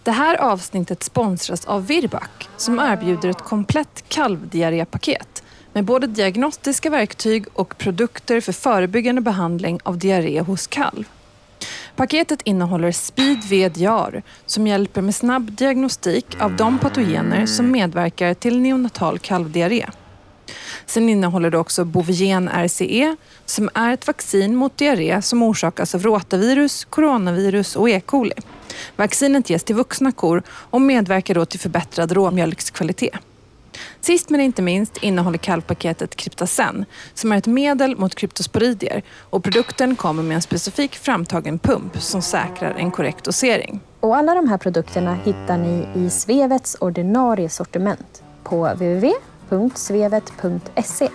Det här avsnittet sponsras av Virbac som erbjuder ett komplett kalvdiarrépaket med både diagnostiska verktyg och produkter för förebyggande behandling av diarré hos kalv. Paketet innehåller Speed VDR som hjälper med snabb diagnostik av de patogener som medverkar till neonatal kalvdiarré. Sen innehåller det också Bovigen RCE som är ett vaccin mot diarré som orsakas av rotavirus, coronavirus och E. coli. Vaccinet ges till vuxna kor och medverkar då till förbättrad råmjölkskvalitet. Sist men inte minst innehåller kalvpaketet Kryptasen som är ett medel mot kryptosporidier och produkten kommer med en specifik framtagen pump som säkrar en korrekt dosering. Och alla de här produkterna hittar ni i Svevets ordinarie sortiment på www.svevet.se.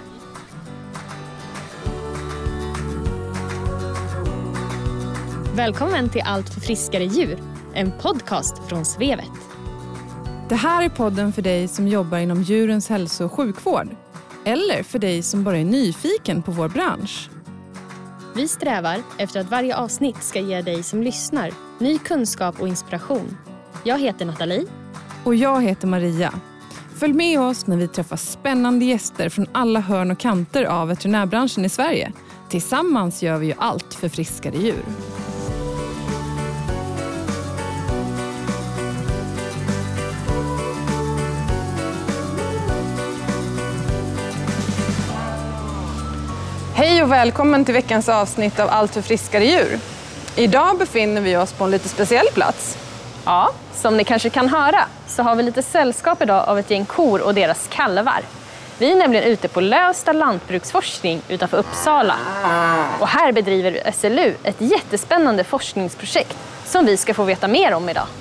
Välkommen till Allt för friskare djur, en podcast från Svevet. Det här är podden för dig som jobbar inom djurens hälso- och sjukvård. Eller för dig som bara är nyfiken på vår bransch. Vi strävar efter att varje avsnitt ska ge dig som lyssnar ny kunskap och inspiration. Jag heter Nathalie. Och jag heter Maria. Följ med oss när vi träffar spännande gäster från alla hörn och kanter av veterinärbranschen i Sverige. Tillsammans gör vi ju allt för friskare djur. Hej och välkommen till veckans avsnitt av Allt för friskare djur. Idag befinner vi oss på en lite speciell plats. Ja, som ni kanske kan höra så har vi lite sällskap idag av ett gäng kor och deras kalvar. Vi är nämligen ute på Lövsta lantbruksforskning utanför Uppsala. Och här bedriver SLU ett jättespännande forskningsprojekt som vi ska få veta mer om idag.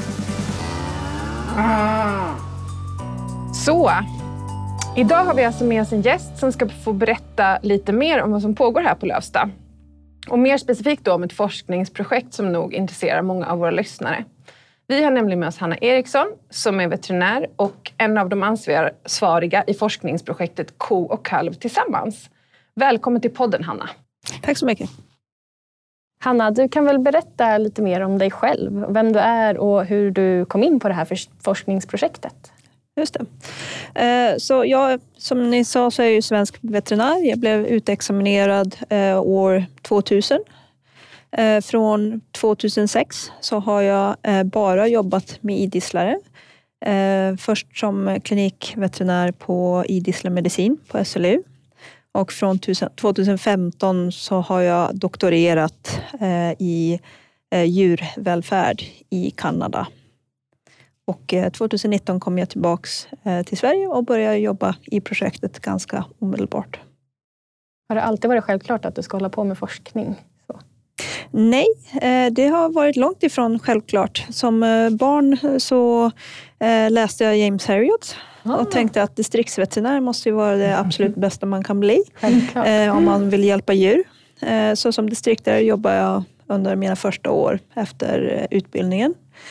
Så, idag har vi alltså med oss en gäst som ska få berätta lite mer om vad som pågår här på Lövsta. Och mer specifikt då om ett forskningsprojekt som nog intresserar många av våra lyssnare. Vi har nämligen med oss Hanna Eriksson som är veterinär och en av de ansvariga i forskningsprojektet Ko och kalv tillsammans. Välkommen till podden, Hanna. Tack så mycket. Hanna, du kan väl berätta lite mer om dig själv, vem du är och hur du kom in på det här forskningsprojektet. Just det. Så jag, som ni sa, så är jag ju svensk veterinär. Jag blev utexaminerad år 2000. Från 2006 så har jag bara jobbat med idisslare. Först som klinikveterinär på idisslarmedicin på SLU. Och från 2015 så har jag doktorerat i djurvälfärd i Kanada. Och 2019 kom jag tillbaks till Sverige och började jobba i projektet ganska omedelbart. Har det alltid varit självklart att du ska hålla på med forskning? Så. Nej, det har varit långt ifrån självklart. Som barn så läste jag James Herriot och tänkte att distriktsveterinär måste ju vara det absolut bästa man kan bli om man vill hjälpa djur. Så som distriktare jobbar jag under mina första år efter utbildningen.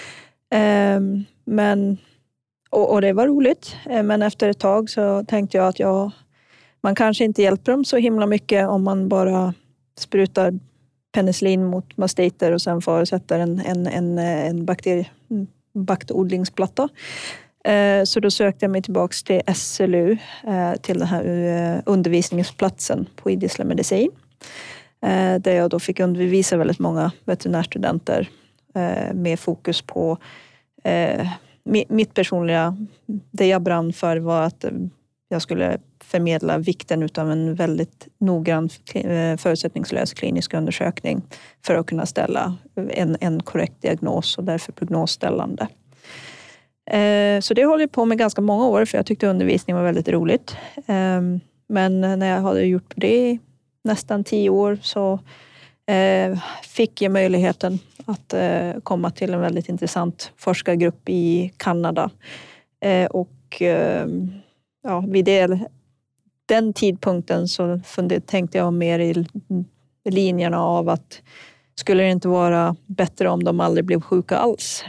Och det var roligt, men efter ett tag så tänkte jag att man kanske inte hjälper dem så himla mycket om man bara sprutar penicillin mot mastiter och sen förutsätter en bakteriodlingsplatta. Så då sökte jag mig tillbaka till SLU, till den här undervisningsplatsen på idisslarmedicin. Där jag då fick undervisa väldigt många veterinärstudenter med fokus på mitt personliga, det jag brann för var att jag skulle förmedla vikten utav en väldigt noggrann förutsättningslös klinisk undersökning för att kunna ställa en korrekt diagnos och därför prognosställande. Så det håller jag på med ganska många år för jag tyckte undervisning var väldigt roligt. Men när jag hade gjort det i nästan 10 år så fick jag möjligheten att komma till en väldigt intressant forskargrupp i Kanada. Och vid den tidpunkten så tänkte jag mer i linjerna av att skulle det inte vara bättre om de aldrig blev sjuka alls.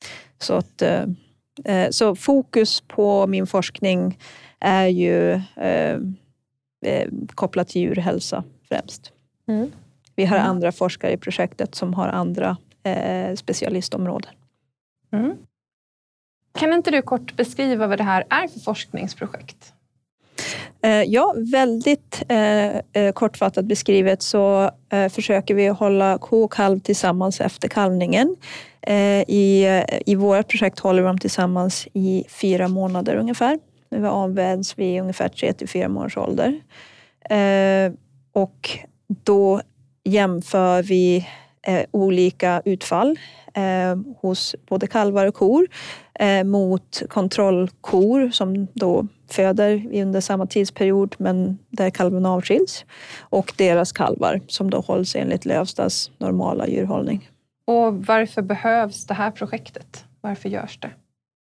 Så fokus på min forskning är ju kopplat till djurhälsa främst. Mm. Vi har andra forskare i projektet som har andra specialistområden. Mm. Kan inte du kort beskriva vad det här är för forskningsprojekt? Ja, väldigt kortfattat beskrivet så försöker vi hålla ko och kalv tillsammans efter kalvningen. I vårt projekt håller vi dem tillsammans i 4 månader ungefär. Vi avväds vid ungefär 3-4 månaders ålder. Och då jämför vi olika utfall hos både kalvar och kor mot kontrollkor som då föder under samma tidsperiod men där kalven avskiljs, och deras kalvar som då hålls enligt Lövstads normala djurhållning. Och varför behövs det här projektet? Varför görs det?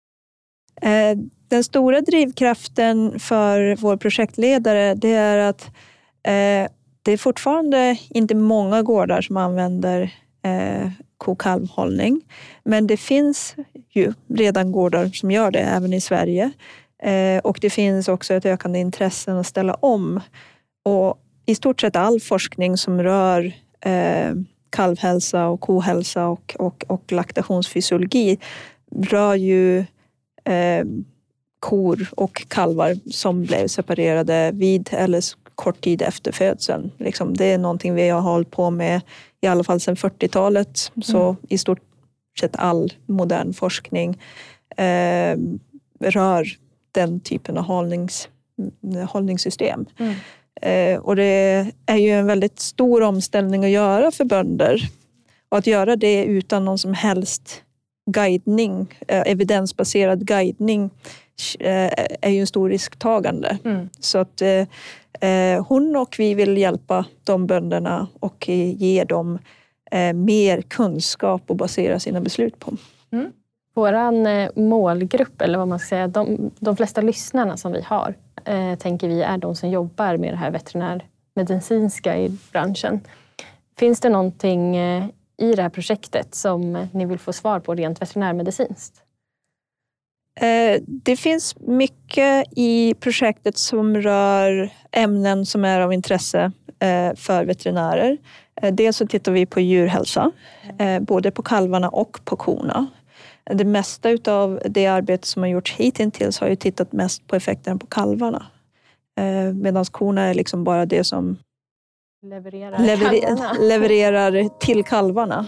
Den stora drivkraften för vår projektledare, det är att det är fortfarande inte många gårdar som använder ko-kalvhållning. Men det finns ju redan gårdar som gör det även i Sverige. Och det finns också ett ökande intresse att ställa om. Och i stort sett all forskning som rör kalvhälsa och kohälsa och laktationsfysiologi rör ju kor och kalvar som blev separerade vid eller kort tid efter födseln. Liksom, det är någonting vi har hållit på med i alla fall sedan 40-talet. Så i stort sett all modern forskning rör den typen av hållningssystem. Och det är ju en väldigt stor omställning att göra för bönder. Och att göra det utan någon som helst guidning, evidensbaserad guidning, är ju en stor risktagande. Så att hon och vi vill hjälpa de bönderna och ge dem mer kunskap att basera sina beslut på. Våran målgrupp, eller vad man ska säga, de flesta lyssnarna som vi har, tänker vi är de som jobbar med det här veterinärmedicinska i branschen. Finns det någonting i det här projektet som ni vill få svar på rent veterinärmedicinskt? Det finns mycket i projektet som rör ämnen som är av intresse för veterinärer. Dels så tittar vi på djurhälsa, både på kalvarna och på korna. Det mesta av det arbete som har gjorts hittills har ju tittat mest på effekterna på kalvarna. Medan korna är liksom bara det som levererar till kalvarna.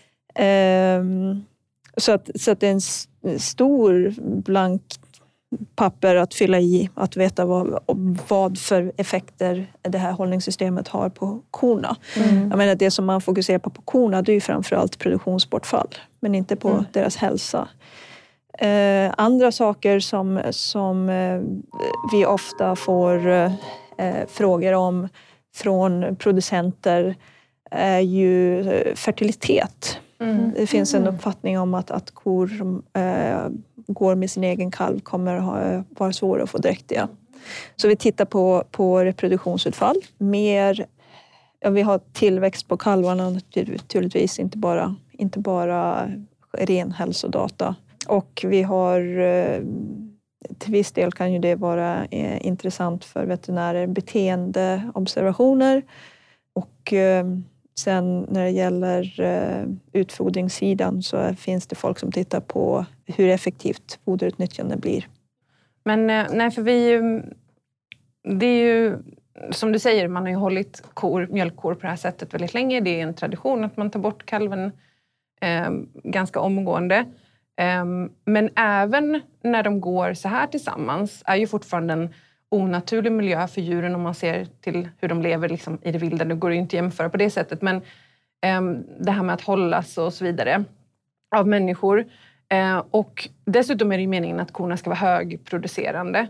Så att det är en stor blank papper att fylla i, att veta vad för effekter det här hållningssystemet har på korna. Jag menar, det som man fokuserar på korna, det är ju framförallt produktionsbortfall, men inte på deras hälsa. Andra saker som vi ofta får frågor om från producenter är ju fertilitet. Det finns en uppfattning om att kor som går med sin egen kalv kommer vara svåra att få dräktiga. Så vi tittar på reproduktionsutfall. Vi har tillväxt på kalvarna naturligtvis, inte bara ren hälsodata. Och vi har, till viss del kan ju det vara intressant för veterinärer, beteendeobservationer. Och sen när det gäller utfodringssidan så finns det folk som tittar på hur effektivt foderutnyttjande blir. Men nej, för det är ju som du säger, man har ju hållit mjölkkor på det här sättet väldigt länge. Det är en tradition att man tar bort kalven ganska omgående. Men även när de går så här tillsammans är ju fortfarande en onaturlig miljö för djuren om man ser till hur de lever liksom i det vilda. Det går ju inte att jämföra på det sättet, men det här med att hållas och så vidare av människor. Och dessutom är det ju meningen att korna ska vara högproducerande.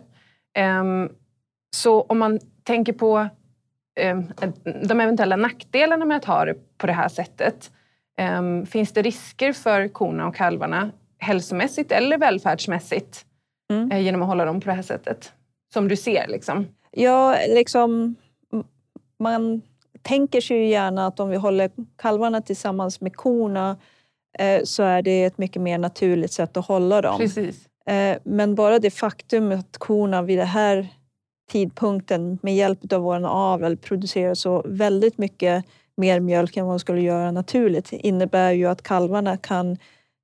Så om man tänker på de eventuella nackdelarna med att ha det på det här sättet, finns det risker för korna och kalvarna hälsomässigt eller välfärdsmässigt genom att hålla dem på det här sättet? Som du ser liksom. Ja, liksom man tänker sig ju gärna att om vi håller kalvarna tillsammans med korna så är det ett mycket mer naturligt sätt att hålla dem. Precis. Men bara det faktum att korna vid den här tidpunkten med hjälp av vår avel producerar så väldigt mycket mer mjölk än vad de skulle göra naturligt innebär ju att kalvarna kan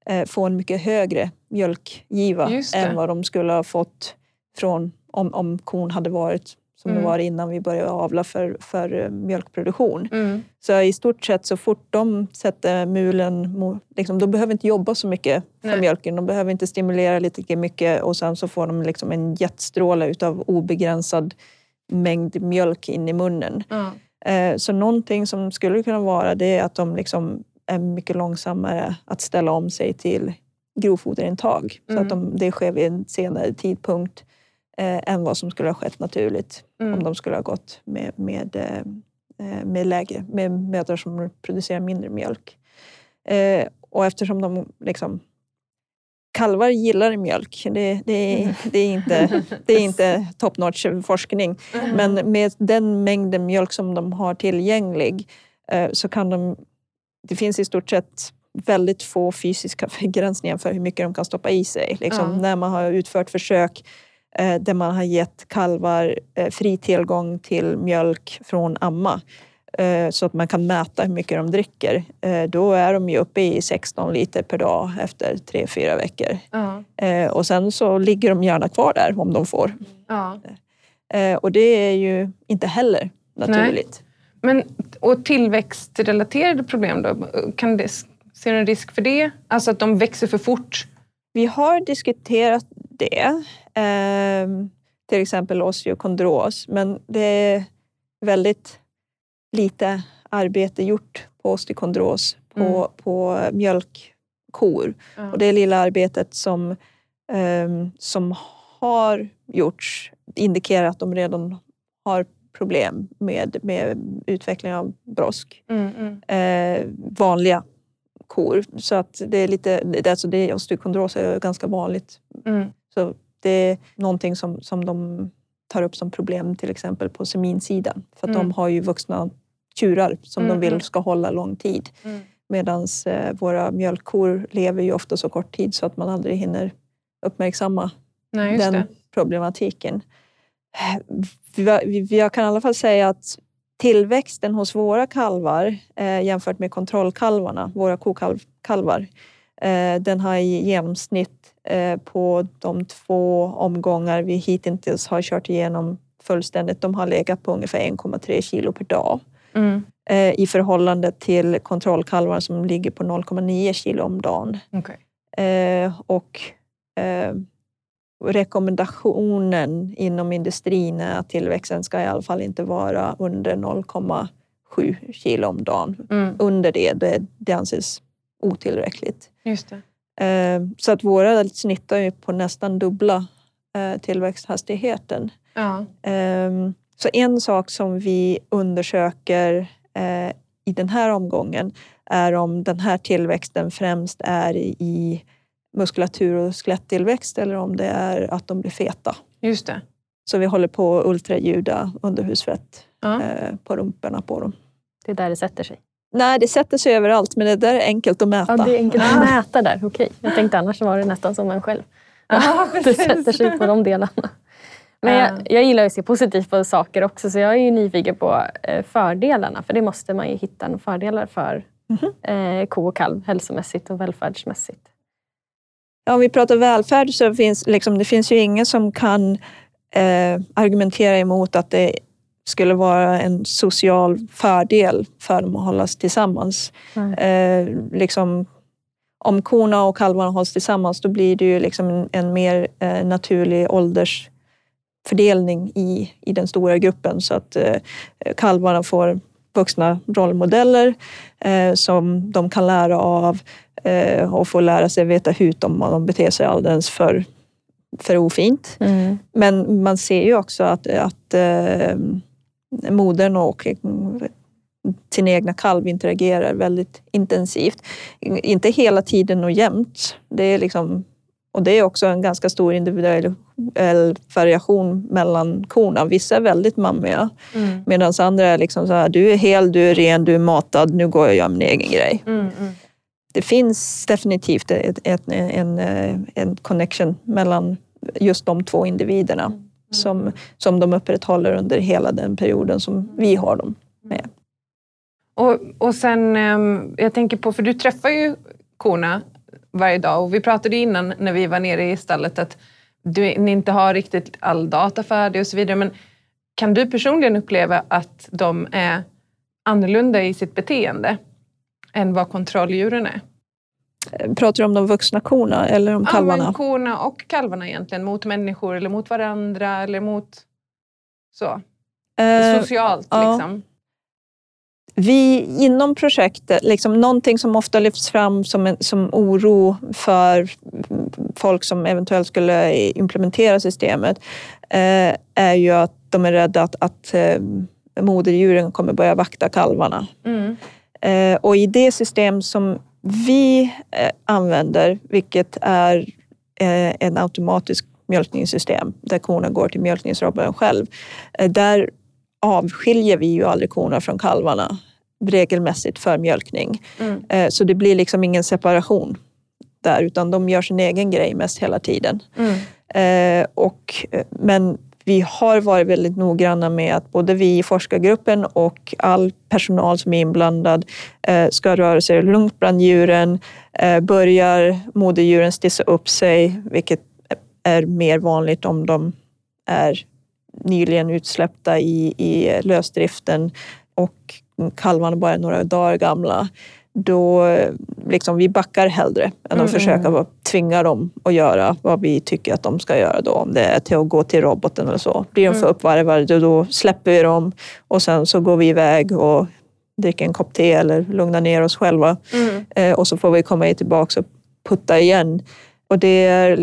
få en mycket högre mjölkgiva än vad de skulle ha fått från om kon hade varit som det var innan vi började avla för mjölkproduktion. Så i stort sett så fort de sätter mulen, liksom, de behöver inte jobba så mycket för mjölken. De behöver inte stimulera lite mycket och sen så får de liksom en jetstråle utav obegränsad mängd mjölk in i munnen. Så någonting som skulle kunna vara det är att de liksom är mycket långsammare att ställa om sig till grovfoderintag. Så att det sker vid en senare tidpunkt än vad som skulle ha skett naturligt om de skulle ha gått med lägre, med mödrar som producerar mindre mjölk. Och eftersom de liksom kalvar gillar mjölk, det är inte top notch forskning, men med den mängden mjölk som de har tillgänglig så kan det finns i stort sett väldigt få fysiska begränsningar för hur mycket de kan stoppa i sig. Liksom, när man har utfört försök där man har gett kalvar fri tillgång till mjölk från amma så att man kan mäta hur mycket de dricker. Då är de ju uppe i 16 liter per dag efter 3-4 veckor. Och sen så ligger de gärna kvar där om de får. Och det är ju inte heller naturligt. Men, och tillväxtrelaterade problem då? Ser du en risk för det? Alltså att de växer för fort? Vi har diskuterat det. Till exempel osteokondros. Men det är väldigt lite arbete gjort på osteokondros på mjölkkor. Och det lilla arbetet som har gjorts indikerar att de redan har problem med utveckling av brosk. Vanliga kor. Så att det är lite, osteokondros är ganska vanligt. Så det är någonting som de tar upp som problem till exempel på seminsidan. För att de har ju vuxna tjurar som de vill ska hålla lång tid. Medan våra mjölkkor lever ju ofta så kort tid så att man aldrig hinner uppmärksamma den problematiken. Jag kan i alla fall säga att tillväxten hos våra kalvar jämfört med kontrollkalvarna, våra kokalvar, den har i genomsnitt på de 2 omgångar vi hittills har kört igenom fullständigt, de har legat på ungefär 1,3 kilo per dag. I förhållande till kontrollkalvar som ligger på 0,9 kilo om dagen. Och rekommendationen inom industrin är att tillväxten ska i alla fall inte vara under 0,7 kilo om dagen. Under det anses otillräckligt. Just det. Så att våra snittar ju på nästan dubbla tillväxthastigheten. Så en sak som vi undersöker i den här omgången är om den här tillväxten främst är i muskulatur- och skeletttillväxt eller om det är att de blir feta. Just det. Så vi håller på att ultraljuda underhusfett på rumporna på dem. Det är där det sätter sig? Nej, det sätter sig överallt, men det där är enkelt att mäta. Ja, det är enkelt att mäta där, okej. Jag tänkte annars var det nästan som en själv. Det sätter sig på de delarna. Men jag gillar att se positivt på saker också, så jag är ju nyfiken på fördelarna. För det måste man ju hitta några fördelar för ko och kalv, hälsomässigt och välfärdsmässigt. Ja, om vi pratar välfärd så finns det finns ju ingen som kan argumentera emot att det skulle vara en social fördel för dem att hållas tillsammans. Om korna och kalvarna hålls tillsammans, då blir det ju en mer naturlig åldersfördelning i den stora gruppen, så att kalvarna får vuxna rollmodeller som de kan lära av och få lära sig veta hut om de beter sig alldeles för ofint. Men man ser ju också att modern och sin egna kalv interagerar väldigt intensivt. Inte hela tiden och jämt. Det är och det är också en ganska stor individuell variation mellan korna. Vissa är väldigt mammiga. Medan andra är så här, du är hel, du är ren, du är matad, nu går jag och gör min egen grej. Det finns definitivt en connection mellan just de 2 individerna som de upprätthåller under hela den perioden som vi har dem med. Och sen, jag tänker på, för du träffar ju korna varje dag. Och vi pratade innan när vi var nere i stallet att ni inte har riktigt all data färdig och så vidare. Men kan du personligen uppleva att de är annorlunda i sitt beteende än vad kontrolldjuren är? Pratar du om de vuxna korna eller om kalvarna? Ja, korna och kalvarna egentligen. Mot människor eller mot varandra eller mot så. Socialt liksom. Vi inom projektet, liksom någonting som ofta lyfts fram som oro för folk som eventuellt skulle implementera systemet är ju att de är rädda att moderdjuren kommer börja vakta kalvarna. Och i det system som vi använder, vilket är en automatisk mjölkningssystem där korna går till mjölkningsroboten själv, där avskiljer vi ju aldrig korna från kalvarna regelmässigt för mjölkning. Så det blir liksom ingen separation där, utan de gör sin egen grej mest hela tiden. Men vi har varit väldigt noggranna med att både vi i forskargruppen och all personal som är inblandad ska röra sig lugnt bland djuren. Börjar moderdjuren stissa upp sig, vilket är mer vanligt om de är nyligen utsläppta i lösdriften och kalvarna bara är några dagar gamla, då liksom vi backar hellre än att försöka tvinga dem att göra vad vi tycker att de ska göra då. Om det är till att gå till roboten eller så. Blir de för uppvarvade, då släpper vi dem och sen så går vi iväg och dricker en kopp te eller lugnar ner oss själva. Och så får vi komma tillbaka och putta igen. Och det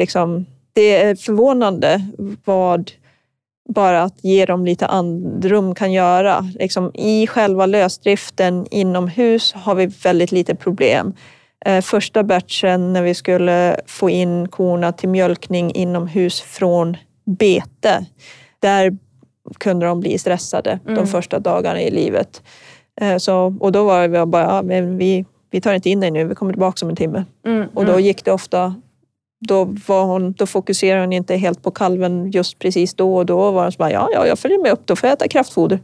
är förvånande vad bara att ge dem lite andrum kan göra. Liksom, i själva lösdriften inomhus har vi väldigt lite problem. Första batchen när vi skulle få in korna till mjölkning inomhus från bete, där kunde de bli stressade de första dagarna i livet. Och då var vi bara, men vi tar inte in dig nu, vi kommer tillbaka om en timme. Och då gick det ofta. Då fokuserar hon inte helt på kalven just precis då, och då var hon så bara, ja, jag följer med upp, då får jag äta kraftfoder.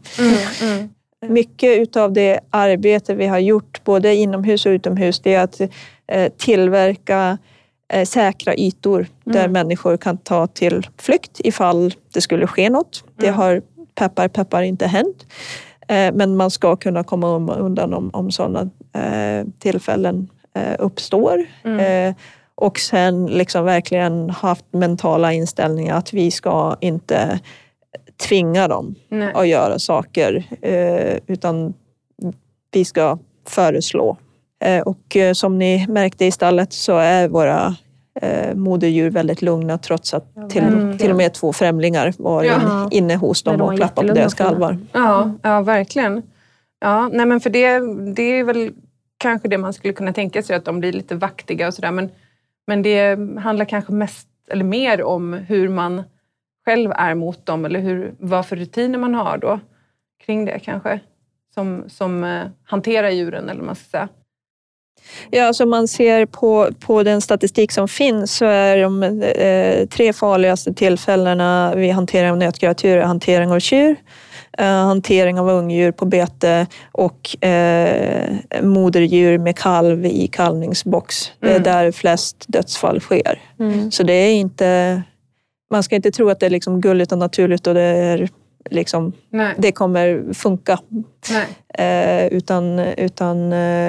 Mycket utav det arbete vi har gjort både inomhus och utomhus, det är att tillverka säkra ytor där människor kan ta till flykt ifall det skulle ske något. Det har peppar inte hänt. Men man ska kunna komma undan om sådana tillfällen uppstår. Och sen liksom verkligen haft mentala inställningar att vi ska inte tvinga dem att göra saker, utan vi ska föreslå. Och som ni märkte i stallet så är våra moderdjur väldigt lugna, trots att till och med 2 främlingar var inne hos dem och klappade på deras kalvar. Ja, verkligen. Ja, nej, men för det är väl kanske det man skulle kunna tänka sig, att de blir lite vaktiga och sådär, men det handlar kanske mest eller mer om hur man själv är mot dem, eller vad för rutiner man har då kring det kanske, som hanterar djuren, eller man ska säga. Ja, så man ser på den statistik som finns, så är de 3 farligaste tillfällena vi hanterar av nötkreatur, hantering av tjur, hantering av ungdjur på bete och moderdjur med kalv i kalvningsbox. Det är där flest dödsfall sker. Så det är inte, man ska inte tro att det är liksom gulligt och naturligt och det är liksom, det kommer funka. Utan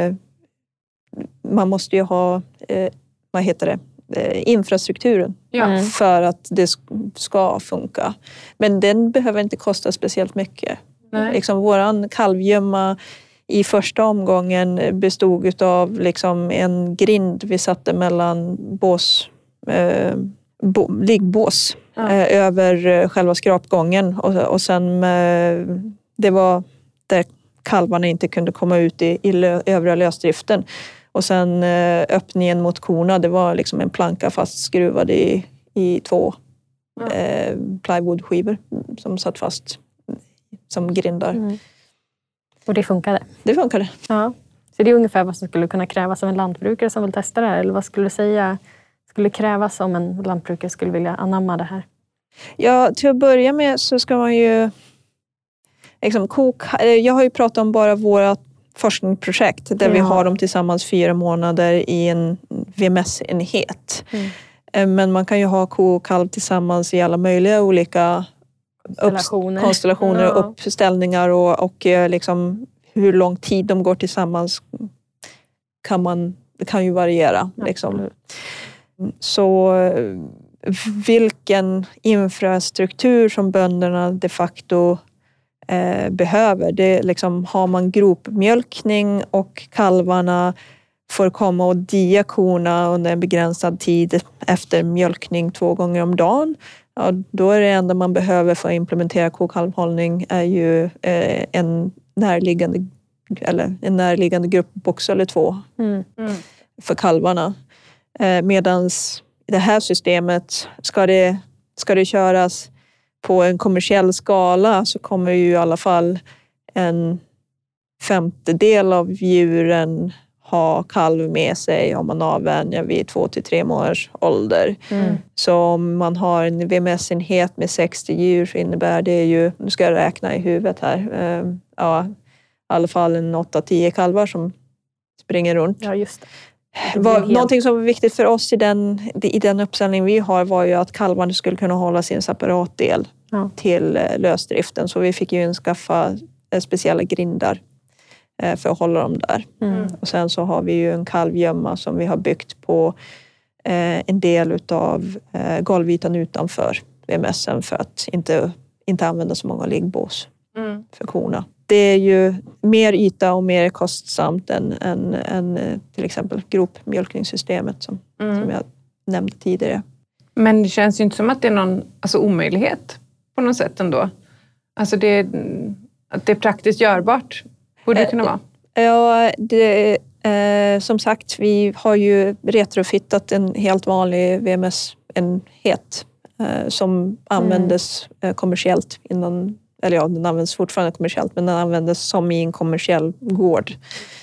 man måste ju ha infrastrukturen för att det ska funka. Men den behöver inte kosta speciellt mycket. Liksom våran kalvgömma i första omgången bestod av liksom en grind vi satte mellan liggbås över själva skrapgången, och sen det var där kalvarna inte kunde komma ut i övriga lösdriften. Och sen öppningen mot korna, det var liksom en planka fastskruvad i 2 plywoodskivor som satt fast som grindar. Och det funkade? Det funkade. Ja. Så det är ungefär vad som skulle kunna krävas av en lantbrukare som vill testa det här? Eller vad skulle du säga skulle krävas om en lantbrukare skulle vilja anamma det här? Ja, till att börja med så ska man ju liksom jag har ju pratat om bara våra forskningsprojekt där vi har dem tillsammans 4 månader i en VMS-enhet. Men man kan ju ha ko och kalv tillsammans i alla möjliga olika konstellationer och uppställningar och liksom hur lång tid de går tillsammans det kan ju variera. Liksom. Så vilken infrastruktur som bönderna de facto behöver. Det liksom, har man gropmjölkning och kalvarna får komma och dia korna under en begränsad tid efter mjölkning 2 gånger om dagen. Ja, då är det enda man behöver för att implementera kokalvhållning är ju en närliggande gruppbox eller 2 för kalvarna. Medans det här systemet ska det köras på en kommersiell skala så kommer ju i alla fall en 1/5 av djuren ha kalv med sig om man avvänjer vid 2 till 3 månaders ålder. Så om man har en VMS-enhet med 60 djur så innebär det ju, nu ska jag räkna i huvudet här, i alla fall en 8-10 kalvar som springer runt. Ja, just det. Någonting som var viktigt för oss i den uppställning vi har var ju att kalvarna skulle kunna hålla sin separat del till lösdriften. Så vi fick ju skaffa speciella grindar för att hålla dem där. Och sen så har vi ju en kalvgömma som vi har byggt på en del utav golvytan utanför VMSen för att inte använda så många liggbås för korna. Det är ju mer yta och mer kostsamt än till exempel gropmjölkningssystemet som jag nämnde tidigare. Men det känns ju inte som att det är någon omöjlighet på något sätt ändå. Alltså att det är praktiskt görbart. Borde det kunna vara? Ja, som sagt, vi har ju retrofittat en helt vanlig VMS-enhet som användes kommersiellt innan. Eller ja, den används fortfarande kommersiellt, men den användes som i en kommersiell gård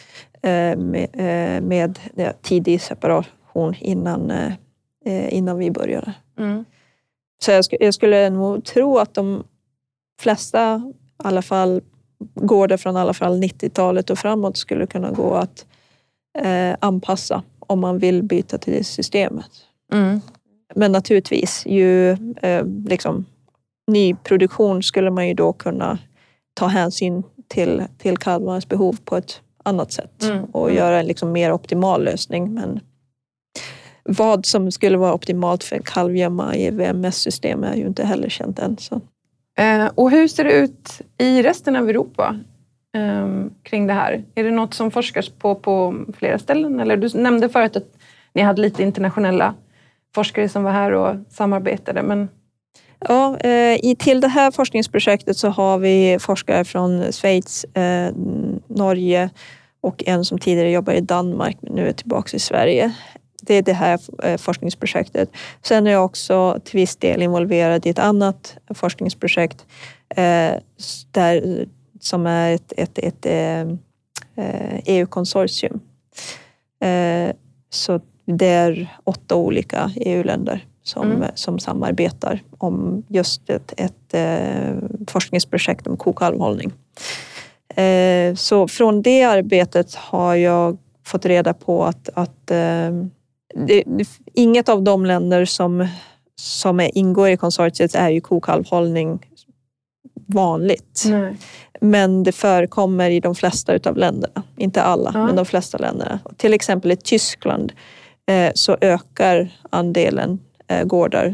med tidig separation innan vi började. Så jag skulle nog tro att de flesta, i alla fall gårdar från i alla fall 90-talet och framåt skulle kunna gå att anpassa om man vill byta till det systemet. Men naturligtvis, ju nyproduktion skulle man ju då kunna ta hänsyn till kalvarnas behov på ett annat sätt och göra en mer optimal lösning. Men vad som skulle vara optimalt för en kalvgömma i VMS-system är ju inte heller känt än. Så. Och hur ser det ut i resten av Europa kring det här? Är det något som forskas på flera ställen? Eller du nämnde förut att ni hade lite internationella forskare som var här och samarbetade, men... Ja, till det här forskningsprojektet så har vi forskare från Schweiz, Norge och en som tidigare jobbade i Danmark men nu är tillbaka i Sverige. Det är det här forskningsprojektet. Sen är jag också till viss del involverad i ett annat forskningsprojekt som är ett EU-konsortium. Så det är 8 olika EU-länder som samarbetar om just ett forskningsprojekt om kokalvhållning. Så från det arbetet har jag fått reda på att inget av de länder som ingår i konsortiet är ju kokalvhållning vanligt. Nej. Men det förekommer i de flesta utav länderna. Inte alla, men de flesta länderna. Till exempel i Tyskland så ökar andelen gårdar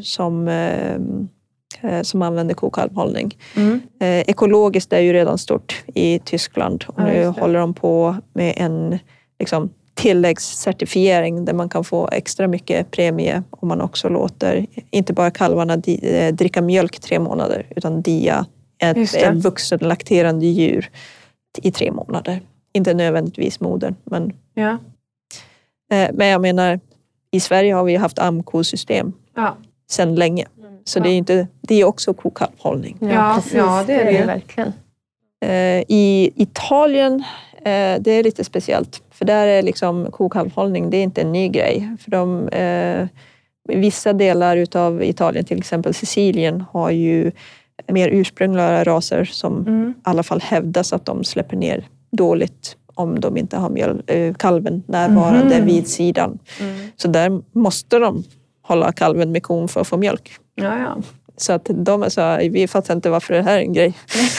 som använder kokalvhållning. Ekologiskt är ju redan stort i Tyskland och nu håller de på med en tilläggscertifiering där man kan få extra mycket premie om man också låter inte bara kalvarna dricka mjölk 3 månader utan dia ett vuxen lakterande djur i 3 månader. Inte nödvändigtvis modern, men men jag menar i Sverige har vi haft amkosystem sedan länge. Så det är också kokalvhållning. Ja, det är det verkligen. I Italien det är lite speciellt. För där är kokalvhållning, det är inte en ny grej. För vissa delar utav Italien, till exempel Sicilien, har ju mer ursprungliga raser som i alla fall hävdas att de släpper ner dåligt om de inte har kalven närvarande vid sidan. Så där måste de hålla kalven med kon för att få mjölk. Ja. Så att de är så här, vi fattar inte varför det här är en grej.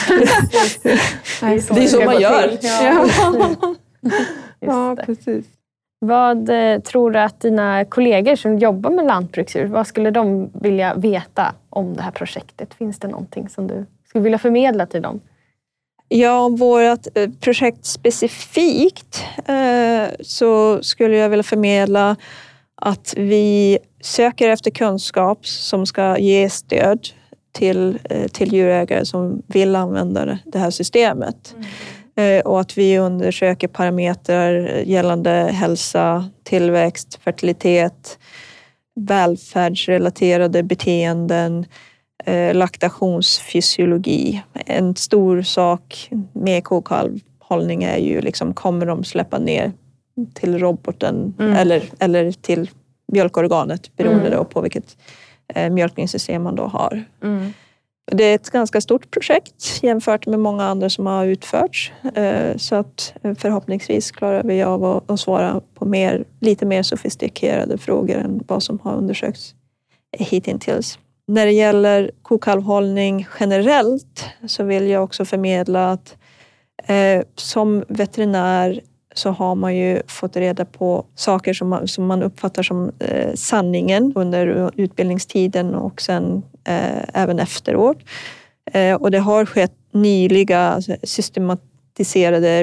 Det är så man gör. Ja, precis. Vad tror du att dina kollegor som jobbar med lantbruksdjur, vad skulle de vilja veta om det här projektet? Finns det någonting som du skulle vilja förmedla till dem? Ja, vårt projekt specifikt så skulle jag vilja förmedla att vi söker efter kunskap som ska ge stöd till djurägare som vill använda det här systemet. Och att vi undersöker parametrar gällande hälsa, tillväxt, fertilitet, välfärdsrelaterade beteenden, laktationsfysiologi. En stor sak med kokalvhållning är ju liksom, kommer de släppa ner till roboten eller till mjölkorganet beroende då på vilket mjölkningssystem man då har. Det är ett ganska stort projekt jämfört med många andra som har utförts. Så att förhoppningsvis klarar vi av att svara på lite mer sofistikerade frågor än vad som har undersökts hittills. När det gäller kokalvhållning generellt så vill jag också förmedla att som veterinär så har man ju fått reda på saker som man uppfattar som sanningen under utbildningstiden och sen även efteråt. Och det har skett nyliga systematiserade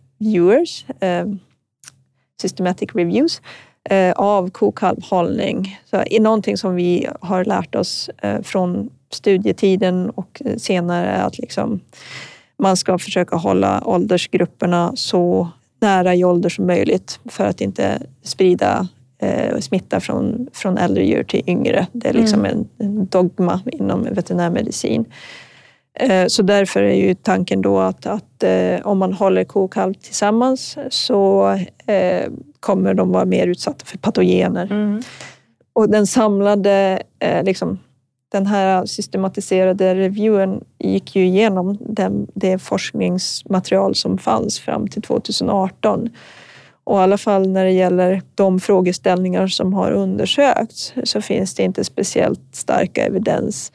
systematic reviews av kokalvhållning. Så är någonting som vi har lärt oss från studietiden och senare är att liksom, man ska försöka hålla åldersgrupperna så nära i ålder som möjligt för att inte sprida smitta från äldre djur till yngre. Det är liksom en dogma inom veterinärmedicin. Så därför är ju tanken då att om man håller kokalv tillsammans så kommer de vara mer utsatta för patogener. Och den samlade den här systematiserade reviewen gick ju igenom det forskningsmaterial som fanns fram till 2018. Och i alla fall när det gäller de frågeställningar som har undersökts så finns det inte speciellt starka evidens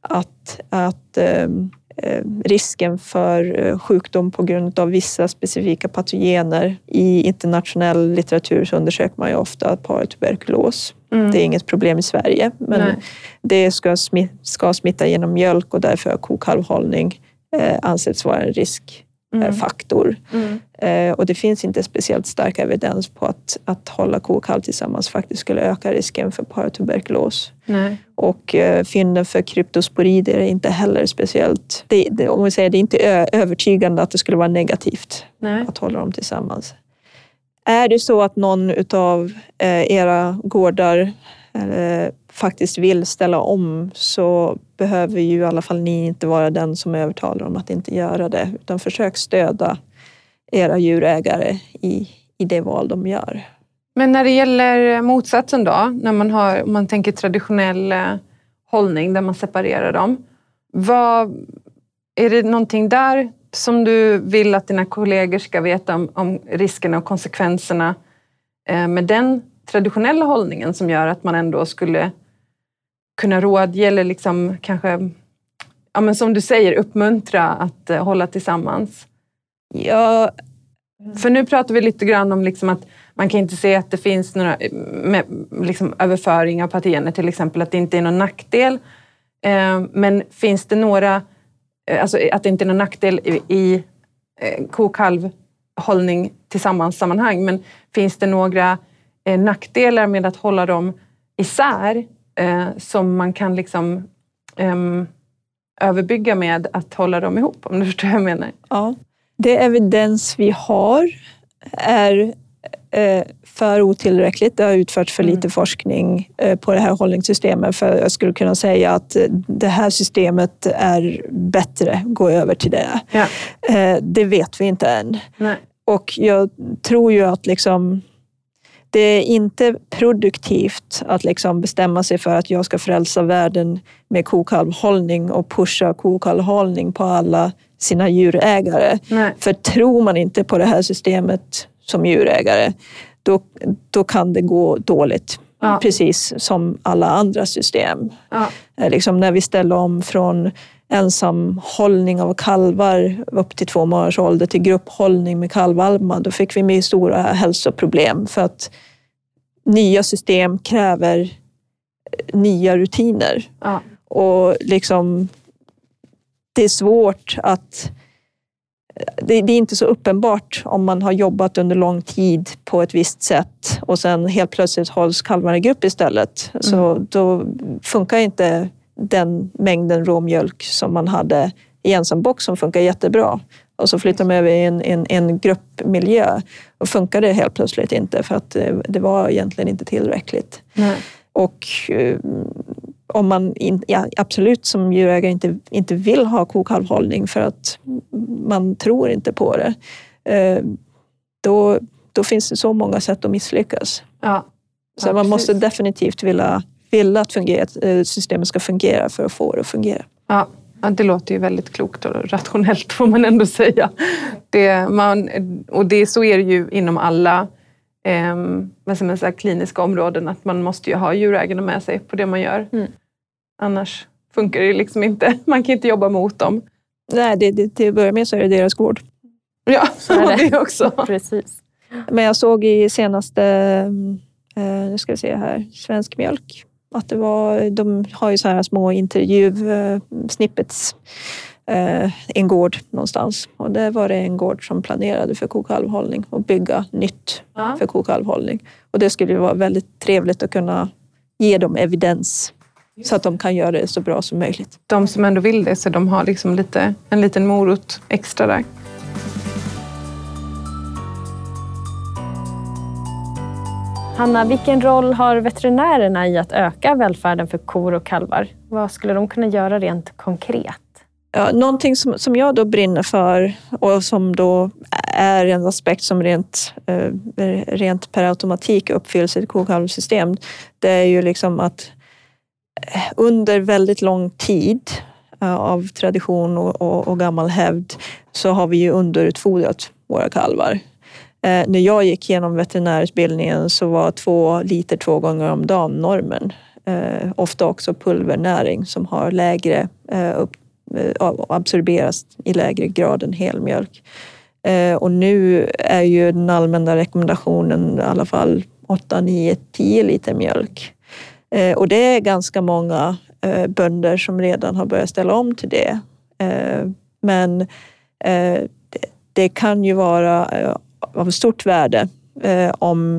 att risken för sjukdom på grund av vissa specifika patogener. I internationell litteratur så undersöker man ju ofta paratuberkulos. Det är inget problem i Sverige, men det ska smitta genom mjölk och därför har kokalvhållning ansetts vara en riskfaktor. Och det finns inte speciellt stark evidens på att hålla kokalv tillsammans faktiskt skulle öka risken för paratuberkulos. Och fynden för kryptosporider är inte heller speciellt, om vi säger det är inte övertygande att det skulle vara negativt att hålla dem tillsammans. Är det så att någon utav era gårdar faktiskt vill ställa om så behöver ju i alla fall ni inte vara den som övertalar om att inte göra det. Utan försök stödja era djurägare i det val de gör. Men när det gäller motsatsen då, när om man tänker traditionell hållning där man separerar dem. Är det någonting där som du vill att dina kollegor ska veta om riskerna och konsekvenserna med den traditionella hållningen som gör att man ändå skulle kunna rådge eller liksom kanske, ja men som du säger, uppmuntra att hålla tillsammans? Ja. För nu pratar vi lite grann om liksom att man kan inte se att det finns några liksom överföring av patogener, till exempel att det inte är någon nackdel. Men finns det några, alltså att det inte är någon nackdel i kokalvhållning tillsammans sammanhang, men finns det några nackdelar med att hålla dem isär som man kan liksom överbygga med att hålla dem ihop, om du förstår vad jag menar? Ja, det evidens vi har är för otillräckligt. Det har utförts för lite forskning på det här hållningssystemet för jag skulle kunna säga att det här systemet är bättre, gå över till det. Ja. Det vet vi inte än. Nej. Och jag tror ju att liksom det är inte produktivt att liksom bestämma sig för att jag ska frälsa världen med kokalvhållning och pusha kokalvhållning på alla sina djurägare. Nej. För tror man inte på det här systemet som djurägare, då kan det gå dåligt. Ja. Precis som alla andra system. Ja. Liksom när vi ställer om från ensamhållning av kalvar upp till 2 månaders ålder till grupphållning med kalvalma, då fick vi med stora hälsoproblem för att nya system kräver nya rutiner. Ja. Och liksom det är svårt att det är inte så uppenbart om man har jobbat under lång tid på ett visst sätt och sen helt plötsligt hålls kalvarna i grupp istället. Så då funkar inte den mängden råmjölk som man hade i ensambock som funkar jättebra. Och så flyttar man över i en gruppmiljö och funkar det helt plötsligt inte för att det var egentligen inte tillräckligt. Nej. Och om man absolut som djurägare inte vill ha kokalvhållning för att man tror inte på det, då finns det så många sätt att misslyckas. Ja, så man måste definitivt vilja att systemet ska fungera för att få det att fungera. Ja, det låter ju väldigt klokt och rationellt får man ändå säga. Så är det ju inom alla kliniska områden, att man måste ju ha djurägarna med sig på det man gör. Annars funkar det liksom inte. Man kan inte jobba mot dem. Nej, till att börja med så är det deras gård. Ja, så är det också. Precis. Men jag såg i senaste, nu ska vi se här, Svensk Mjölk, att de har ju så här små intervju-snippets, en gård någonstans. Och där var det en gård som planerade för kokalvhållning och bygga nytt för kokalvhållning. Och det skulle ju vara väldigt trevligt att kunna ge dem evidens så att de kan göra det så bra som möjligt. De som ändå vill det, så de har liksom en liten morot extra där. Hanna, vilken roll har veterinärerna i att öka välfärden för kor och kalvar? Vad skulle de kunna göra rent konkret? Ja, någonting som jag då brinner för och som då är en aspekt som rent per automatik uppfylls i ett kokalvsystem, det är ju liksom att under väldigt lång tid av tradition och gammal hävd så har vi ju underutfodrat våra kalvar. När jag gick igenom veterinärutbildningen så var 2 liter 2 gånger om dagen normen. Ofta också pulvernäring som har lägre absorberas i lägre grad än helmjölk. Och nu är ju den allmänna rekommendationen i alla fall 8, 9, 10 liter mjölk. Och det är ganska många bönder som redan har börjat ställa om till det. Men det kan ju vara av stort värde om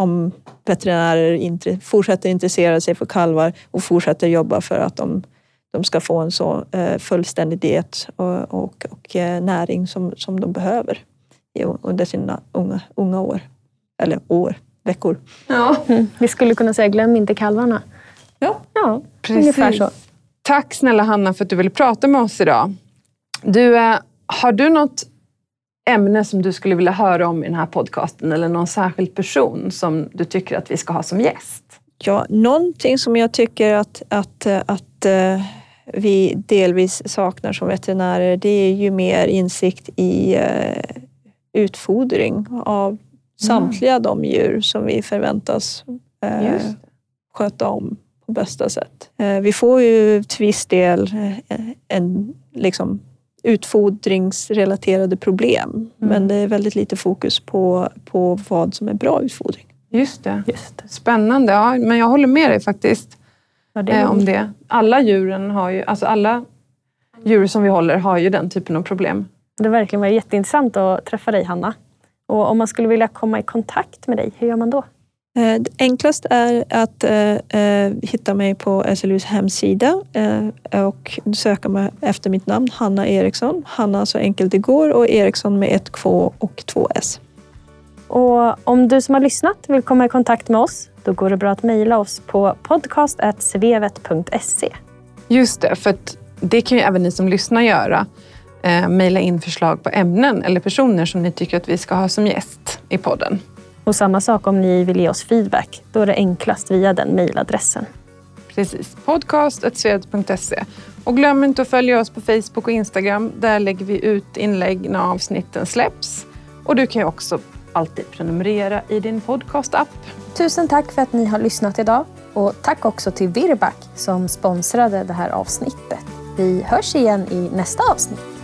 veterinärer fortsätter intressera sig för kalvar och fortsätter jobba för att de ska få en så fullständig diet och näring som de behöver under sina unga år. Eller veckor. Ja. Vi skulle kunna säga glöm inte kalvarna. Ja, precis. Ungefär så. Tack snälla Hanna för att du ville prata med oss idag. Har du något ämne som du skulle vilja höra om i den här podcasten eller någon särskild person som du tycker att vi ska ha som gäst? Ja, någonting som jag tycker att vi delvis saknar som veterinärer, det är ju mer insikt i utfodring av samtliga de djur som vi förväntas sköta om på bästa sätt. Vi får ju till viss del en liksom utfodringsrelaterade problem. Men det är väldigt lite fokus på vad som är bra utfodring. Just det. Spännande. Ja, men jag håller med dig faktiskt om det. Alla djuren har ju, alltså alla djur som vi håller har ju den typen av problem. Det har verkligen varit jätteintressant att träffa dig, Hanna. Och om man skulle vilja komma i kontakt med dig, hur gör man då? Enklast är att hitta mig på SLUs hemsida och söka mig efter mitt namn, Hanna Eriksson. Hanna så enkelt det går och Eriksson med 1 K och 2 S. Och om du som har lyssnat vill komma i kontakt med oss, då går det bra att mejla oss på podcast@svevet.se. Just det, för att det kan ju även ni som lyssnar göra. Mejla in förslag på ämnen eller personer som ni tycker att vi ska ha som gäst i podden. Och samma sak om ni vill ge oss feedback. Då är det enklast via den mejladressen. Precis, podcast@sved.se. Och glöm inte att följa oss på Facebook och Instagram. Där lägger vi ut inlägg när avsnitten släpps. Och du kan ju också alltid prenumerera i din podcast-app. Tusen tack för att ni har lyssnat idag. Och tack också till Virbac som sponsrade det här avsnittet. Vi hörs igen i nästa avsnitt.